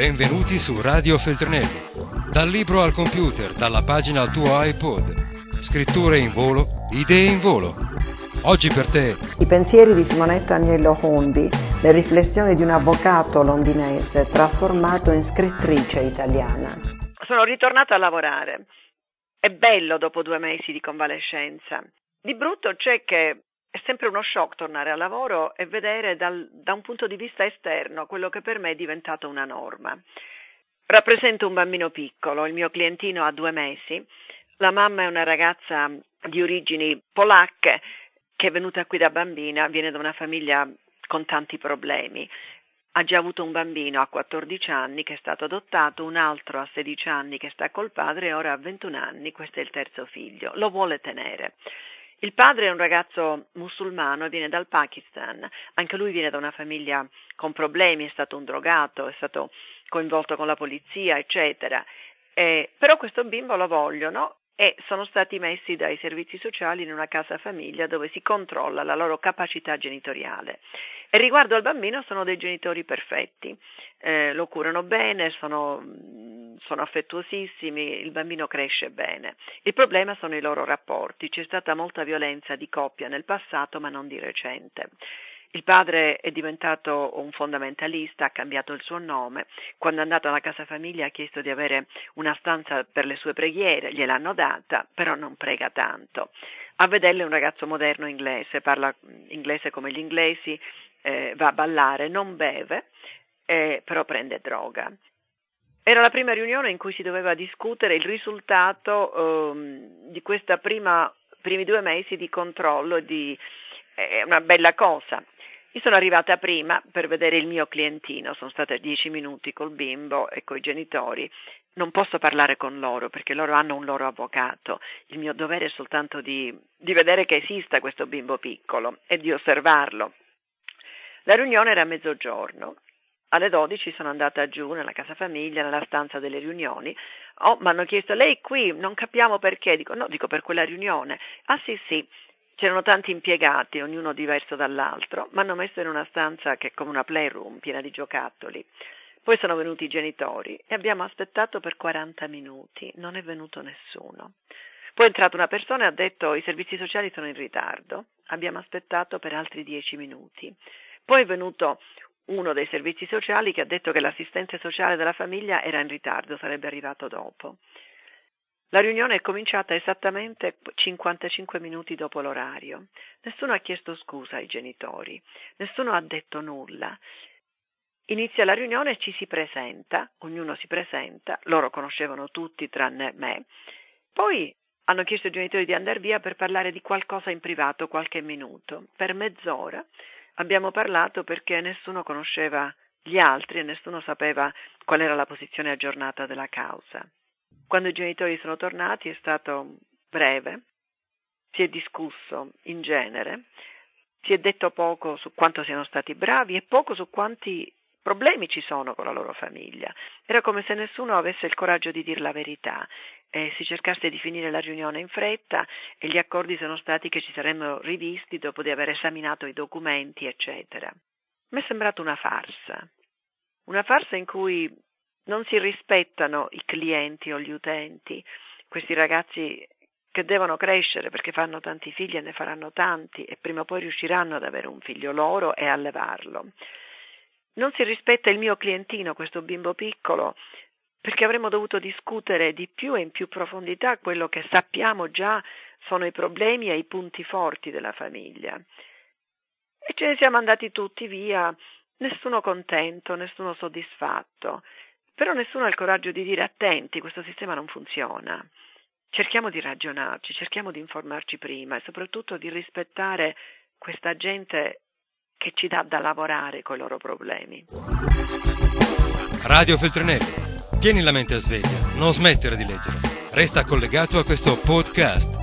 Benvenuti su Radio Feltrinelli. Dal libro al computer, dalla pagina al tuo iPod. Scritture in volo, idee in volo. Oggi per te. I pensieri di Simonetta Agnello Hundi, le riflessioni di un avvocato londinese trasformato in scrittrice italiana. Sono ritornata a lavorare. È bello dopo 2 mesi di convalescenza. Di brutto c'è che è sempre uno shock tornare al lavoro e vedere da un punto di vista esterno quello che per me è diventato una norma. Rappresento un bambino piccolo, il mio clientino ha 2 mesi, la mamma è una ragazza di origini polacche che è venuta qui da bambina, viene da una famiglia con tanti problemi. Ha già avuto un bambino a 14 anni che è stato adottato, un altro a 16 anni che sta col padre e ora a 21 anni, questo è il terzo figlio, lo vuole tenere. Il padre è un ragazzo musulmano e viene dal Pakistan, anche lui viene da una famiglia con problemi, è stato un drogato, è stato coinvolto con la polizia, eccetera. Però questo bimbo lo vogliono e sono stati messi dai servizi sociali in una casa famiglia dove si controlla la loro capacità genitoriale. E riguardo al bambino sono dei genitori perfetti, lo curano bene, sono affettuosissimi, il bambino cresce bene. Il problema sono i loro rapporti, c'è stata molta violenza di coppia nel passato ma non di recente. Il padre è diventato un fondamentalista, ha cambiato il suo nome, quando è andato alla casa famiglia ha chiesto di avere una stanza per le sue preghiere, gliel'hanno data, però non prega tanto. A vederlo è un ragazzo moderno inglese, parla inglese come gli inglesi, va a ballare, non beve, però prende droga. Era la prima riunione in cui si doveva discutere il risultato di questa primi 2 mesi di controllo, è una bella cosa. Io sono arrivata prima per vedere il mio clientino, sono stata 10 minuti col bimbo e coi genitori. Non posso parlare con loro perché loro hanno un loro avvocato. Il mio dovere è soltanto di vedere che esista questo bimbo piccolo e di osservarlo. La riunione era a mezzogiorno. Alle 12 sono andata giù nella casa famiglia, nella stanza delle riunioni. Mi hanno chiesto, lei qui? Non capiamo perché. Dico, no, per quella riunione. Ah sì. C'erano tanti impiegati, ognuno diverso dall'altro, mi hanno messo in una stanza che è come una playroom, piena di giocattoli. Poi sono venuti i genitori e abbiamo aspettato per 40 minuti, non è venuto nessuno. Poi è entrata una persona e ha detto i servizi sociali sono in ritardo, abbiamo aspettato per altri 10 minuti. Poi è venuto uno dei servizi sociali che ha detto che l'assistente sociale della famiglia era in ritardo, sarebbe arrivato dopo. La riunione è cominciata esattamente 55 minuti dopo l'orario. Nessuno ha chiesto scusa ai genitori, nessuno ha detto nulla. Inizia la riunione e ci si presenta, ognuno si presenta, loro conoscevano tutti tranne me. Poi hanno chiesto ai genitori di andare via per parlare di qualcosa in privato, qualche minuto. Per mezz'ora abbiamo parlato perché nessuno conosceva gli altri e nessuno sapeva qual era la posizione aggiornata della causa. Quando i genitori sono tornati è stato breve, si è discusso in genere, si è detto poco su quanto siano stati bravi e poco su quanti problemi ci sono con la loro famiglia. Era come se nessuno avesse il coraggio di dire la verità e si cercasse di finire la riunione in fretta e gli accordi sono stati che ci saremmo rivisti dopo di aver esaminato i documenti, eccetera. Mi è sembrata una farsa in cui non si rispettano i clienti o gli utenti, questi ragazzi che devono crescere perché fanno tanti figli e ne faranno tanti e prima o poi riusciranno ad avere un figlio loro e allevarlo. Non si rispetta il mio clientino, questo bimbo piccolo, perché avremmo dovuto discutere di più e in più profondità quello che sappiamo già sono i problemi e i punti forti della famiglia. E ce ne siamo andati tutti via, nessuno contento, nessuno soddisfatto. Però nessuno ha il coraggio di dire attenti, questo sistema non funziona. Cerchiamo di ragionarci, cerchiamo di informarci prima e soprattutto di rispettare questa gente che ci dà da lavorare con i loro problemi. Radio Feltrinelli. Tieni la mente a sveglia, non smettere di leggere. Resta collegato a questo podcast.